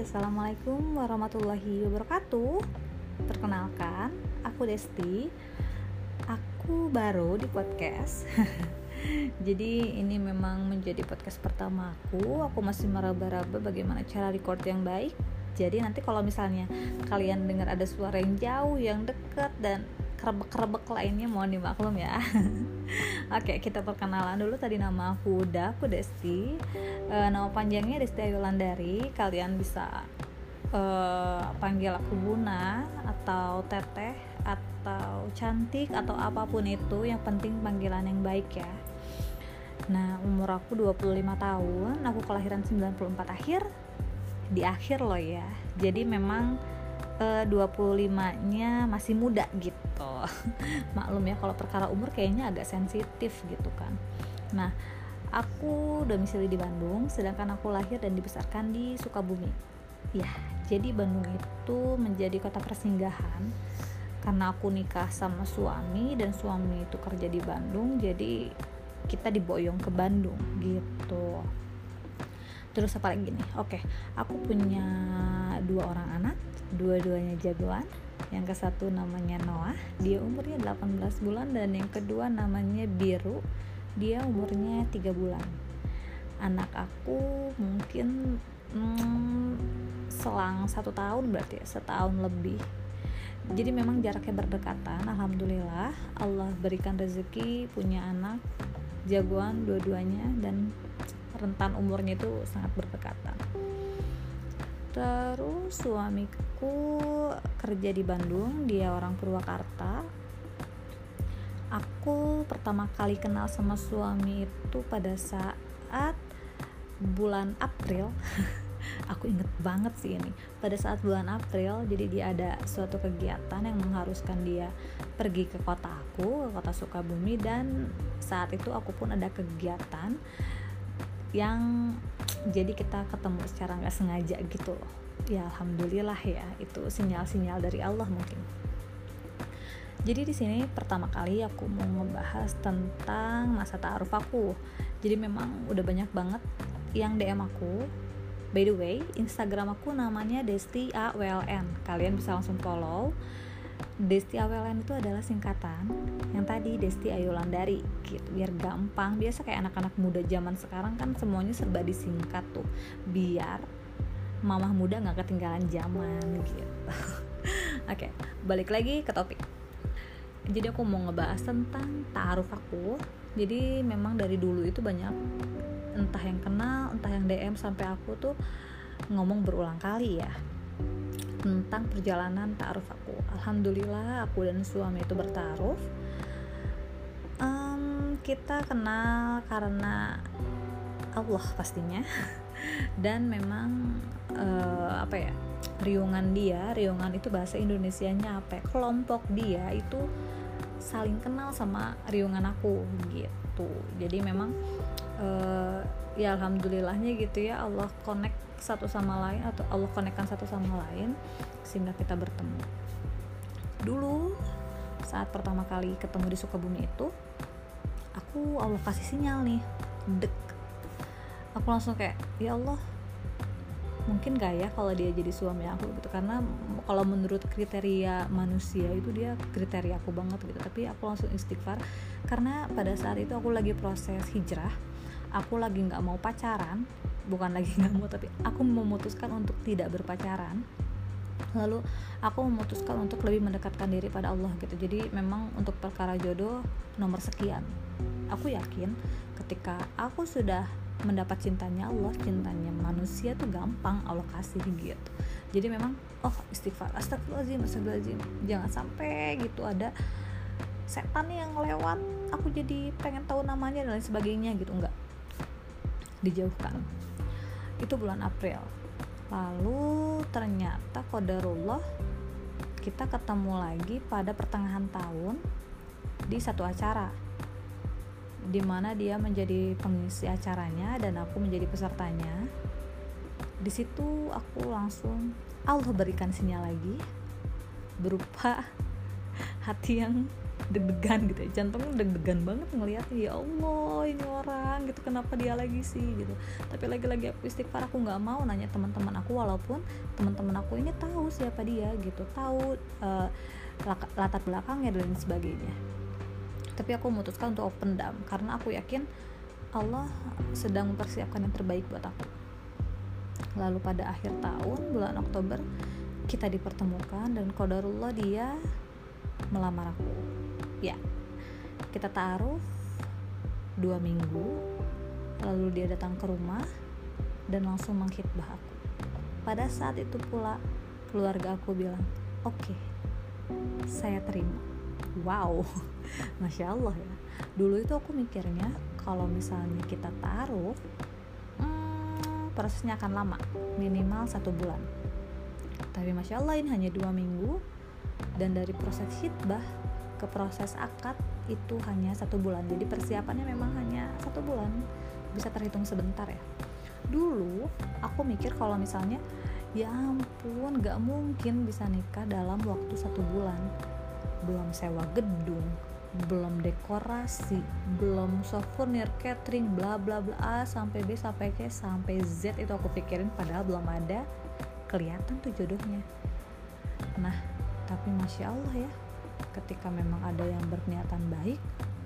Assalamualaikum warahmatullahi wabarakatuh. Perkenalkan, aku Desti. Aku baru di podcast. Jadi ini memang menjadi podcast pertama aku. Aku masih meraba-raba bagaimana cara record yang baik. Jadi nanti kalau misalnya kalian dengar ada suara yang jauh, yang dekat, dan kerebek-kerebek lainnya mohon dimaklum ya. Oke, kita perkenalan dulu. Tadi nama aku Desti. Nama panjangnya Desti Ayulandari. Kalian bisa panggil aku Buna atau Teteh atau Cantik atau apapun itu. Yang penting panggilan yang baik ya. Nah, umur aku 25 tahun. Aku kelahiran 94 akhir. Di akhir loh ya. Jadi memang 25-nya masih muda gitu. Maklum ya kalau perkara umur kayaknya agak sensitif gitu kan. Nah, aku domisili di Bandung, sedangkan aku lahir dan dibesarkan di Sukabumi. Ya, jadi Bandung itu menjadi kota persinggahan karena aku nikah sama suami dan suami itu kerja di Bandung, jadi kita diboyong ke Bandung gitu. Terus apa lagi nih? Oke, aku punya 2 orang anak, dua-duanya jagoan. Yang ke satu namanya Noah, dia umurnya 18 bulan, dan yang kedua namanya Biru, dia umurnya 3 bulan. Anak aku mungkin selang 1 tahun, berarti ya, setahun lebih. Jadi memang jaraknya berdekatan. Alhamdulillah Allah berikan rezeki punya anak jagoan dua-duanya, dan rentan umurnya itu sangat berdekatan. Terus suamiku kerja di Bandung, dia orang Purwakarta. Aku pertama kali kenal sama suami itu pada saat bulan April. Aku inget banget sih ini. Pada saat bulan April, jadi dia ada suatu kegiatan yang mengharuskan dia pergi ke kota aku, ke kota Sukabumi, dan saat itu aku pun ada kegiatan yang jadi kita ketemu secara nggak sengaja gitu loh. Ya alhamdulillah ya, itu sinyal-sinyal dari Allah mungkin. Jadi di sini pertama kali aku mau ngebahas tentang masa ta'aruf aku. Jadi memang udah banyak banget yang DM aku. By the way, Instagram aku namanya Desti AWLN. Kalian bisa langsung follow. Desti AWLN itu adalah singkatan yang tadi Desti Ayulandari gitu, biar gampang. Biasa kayak anak-anak muda zaman sekarang kan semuanya serba disingkat tuh, biar mamah muda gak ketinggalan zaman gitu. Oke, balik lagi ke topik. Jadi aku mau ngebahas tentang ta'aruf aku. Jadi memang dari dulu itu banyak, entah yang kenal, entah yang DM, sampai aku tuh ngomong berulang kali ya tentang perjalanan ta'aruf aku. Alhamdulillah aku dan suami itu berta'aruf. Kita kenal karena Allah pastinya. Dan memang riungan itu bahasa Indonesianya apa ya? Kelompok dia itu saling kenal sama riungan aku gitu. Jadi memang ya alhamdulillahnya gitu ya, Allah connect satu sama lain, atau Allah konekkan satu sama lain sehingga kita bertemu. Dulu saat pertama kali ketemu di Sukabumi itu, Allah kasih sinyal nih, aku langsung kayak, ya Allah, mungkin gak ya kalau dia jadi suami aku gitu. Karena kalau menurut kriteria manusia itu dia kriteria aku banget gitu. Tapi aku langsung istighfar, karena pada saat itu aku lagi proses hijrah. Aku lagi gak mau pacaran, bukan lagi gak mau, tapi aku memutuskan untuk tidak berpacaran. Lalu aku memutuskan untuk lebih mendekatkan diri pada Allah gitu. Jadi memang untuk perkara jodoh nomor sekian. Aku yakin ketika aku sudah mendapat cintanya Allah, cintanya manusia tuh gampang Allah kasih gitu. Jadi memang istighfar, astagfirullahaladzim, jangan sampai gitu ada setan yang lewat, aku jadi pengen tahu namanya dan lain sebagainya gitu. Enggak, dijauhkan. Itu bulan April. Lalu ternyata qadarullah kita ketemu lagi pada pertengahan tahun di satu acara, di mana dia menjadi pengisi acaranya dan aku menjadi pesertanya. Di situ aku langsung Allah berikan sinyal lagi berupa hati yang deg-degan gitu ya, jantungnya deg-degan banget ngeliatnya, ya Allah ini orang gitu, kenapa dia lagi sih gitu. Tapi lagi-lagi aku istighfar, aku nggak mau nanya teman-teman aku, walaupun teman-teman aku ini tahu siapa dia gitu, tahu latar belakangnya dan sebagainya. Tapi aku memutuskan untuk open dam karena aku yakin Allah sedang mempersiapkan yang terbaik buat aku. Lalu pada akhir tahun, bulan Oktober, kita dipertemukan dan qadarullah dia melamar aku. Ya, kita taruh 2 minggu, lalu dia datang ke rumah dan langsung menghitbah aku. Pada saat itu pula keluarga aku bilang, oke, saya terima. Wow, Masya Allah ya. Dulu itu aku mikirnya kalau misalnya kita taruh, prosesnya akan lama, minimal 1 bulan. Tapi Masya Allah ini hanya 2 minggu, dan dari proses khitbah ke proses akad itu hanya 1 bulan. Jadi persiapannya memang hanya 1 bulan, bisa terhitung sebentar ya. Dulu aku mikir kalau misalnya ya ampun, gak mungkin bisa nikah dalam waktu 1 bulan. Belum sewa gedung, belum dekorasi, belum souvenir, catering, bla bla bla, A sampai B sampai K sampai Z itu aku pikirin, padahal belum ada kelihatan tuh jodohnya. Nah, tapi Masya Allah ya, ketika memang ada yang berniatan baik,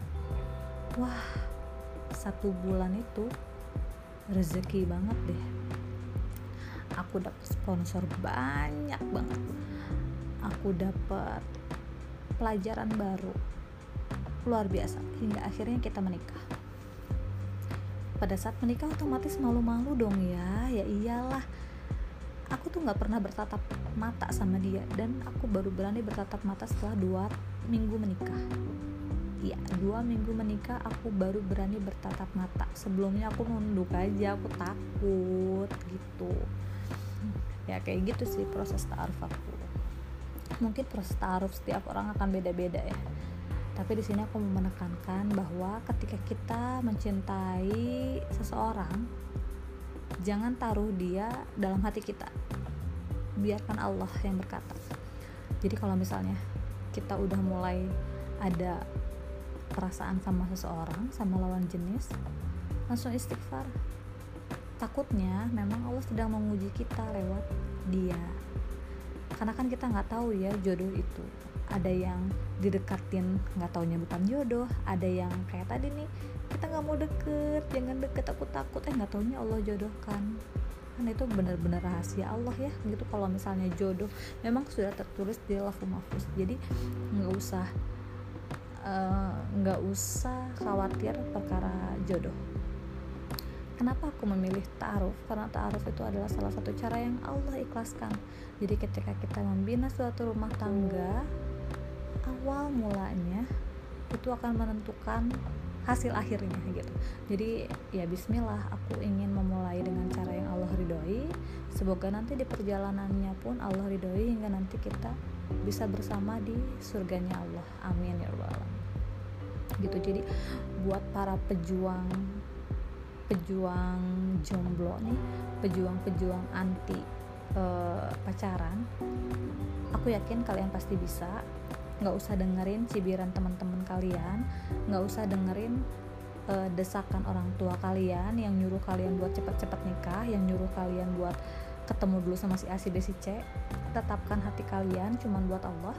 wah, 1 bulan itu rezeki banget deh. Aku dapat sponsor banyak banget, aku dapat pelajaran baru luar biasa, hingga akhirnya kita menikah. Pada saat menikah otomatis malu-malu dong ya iyalah, aku tuh gak pernah bertatap mata sama dia, dan aku baru berani bertatap mata setelah 2 minggu menikah. Ya, 2 minggu menikah aku baru berani bertatap mata. Sebelumnya aku nunduk aja, aku takut gitu. Ya kayak gitu sih proses ta'aruf aku. Mungkin proses ta'aruf setiap orang akan beda-beda ya. Tapi di sini aku mau menekankan bahwa ketika kita mencintai seseorang, jangan taruh dia dalam hati kita. Biarkan Allah yang berkata. Jadi kalau misalnya kita udah mulai ada perasaan sama seseorang, sama lawan jenis, langsung istighfar. Takutnya memang Allah sedang menguji kita lewat dia. Karena kan kita nggak tahu ya jodoh itu. Ada yang didekatin nggak taunya bukan jodoh, ada yang kayak tadi nih, kita nggak mau deket, jangan deket, aku takut, nggak taunya Allah jodohkan. Kan itu benar-benar rahasia Allah ya gitu. Kalau misalnya jodoh memang sudah tertulis di Lauhul Mahfuz, jadi nggak usah khawatir perkara jodoh. Kenapa aku memilih ta'aruf? Karena ta'aruf itu adalah salah satu cara yang Allah ikhlaskan. Jadi ketika kita membina suatu rumah tangga, awal mulanya itu akan menentukan hasil akhirnya gitu. Jadi ya bismillah, aku ingin memulai dengan cara yang Allah ridhoi. Semoga nanti di perjalanannya pun Allah ridhoi hingga nanti kita bisa bersama di surganya Allah. Amin ya rabbal alamin. Gitu. Jadi buat para pejuang jomblo nih, pejuang anti pacaran, aku yakin kalian pasti bisa. Nggak usah dengerin cibiran teman-teman kalian, nggak usah dengerin desakan orang tua kalian yang nyuruh kalian buat cepat-cepat nikah, yang nyuruh kalian buat ketemu dulu sama si A, si B, si C. Tetapkan hati kalian cuman buat Allah.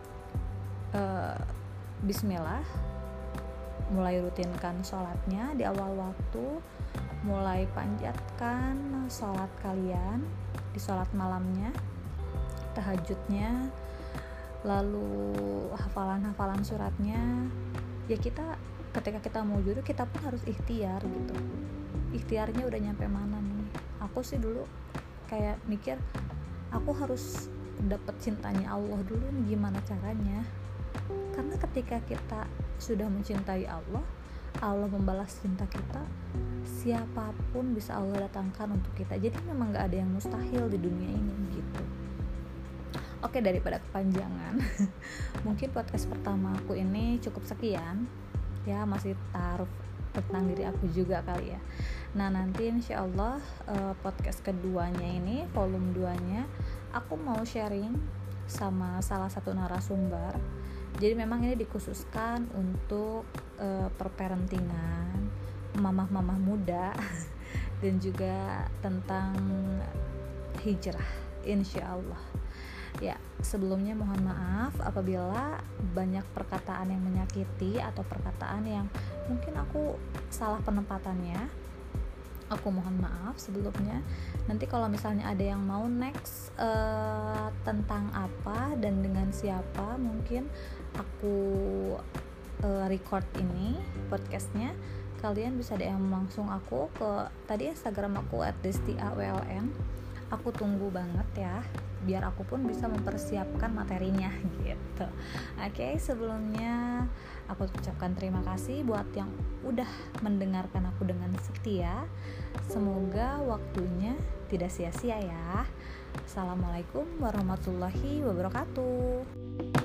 Bismillah, mulai rutinkan sholatnya di awal waktu, mulai panjatkan sholat kalian di sholat malamnya, tahajudnya, lalu hafalan suratnya. Ya kita ketika kita mau jodoh, kita pun harus ikhtiar gitu. Ikhtiarnya udah nyampe mana nih? Aku sih dulu kayak mikir aku harus dapet cintanya Allah dulu nih, gimana caranya? Karena ketika kita sudah mencintai Allah, Allah membalas cinta kita, siapapun bisa Allah datangkan untuk kita. Jadi memang gak ada yang mustahil di dunia ini gitu. Oke, daripada kepanjangan mungkin podcast pertama aku ini cukup sekian ya, masih taruh tentang diri aku juga kali ya. Nah nanti insyaallah podcast keduanya ini, volume 2 nya, aku mau sharing sama salah satu narasumber Jadi memang ini dikhususkan untuk perparentingan mamah-mamah muda dan juga tentang hijrah, insya Allah. Ya, sebelumnya mohon maaf apabila banyak perkataan yang menyakiti atau perkataan yang mungkin aku salah penempatannya. Aku mohon maaf sebelumnya. Nanti kalau misalnya ada yang mau next tentang apa dan dengan siapa, mungkin aku record ini podcastnya, kalian bisa DM langsung aku ke tadi Instagram aku @destiawln. Aku tunggu banget ya, biar aku pun bisa mempersiapkan materinya gitu. Oke, sebelumnya aku ucapkan terima kasih buat yang udah mendengarkan aku dengan setia. Semoga waktunya tidak sia-sia ya. Assalamualaikum warahmatullahi wabarakatuh.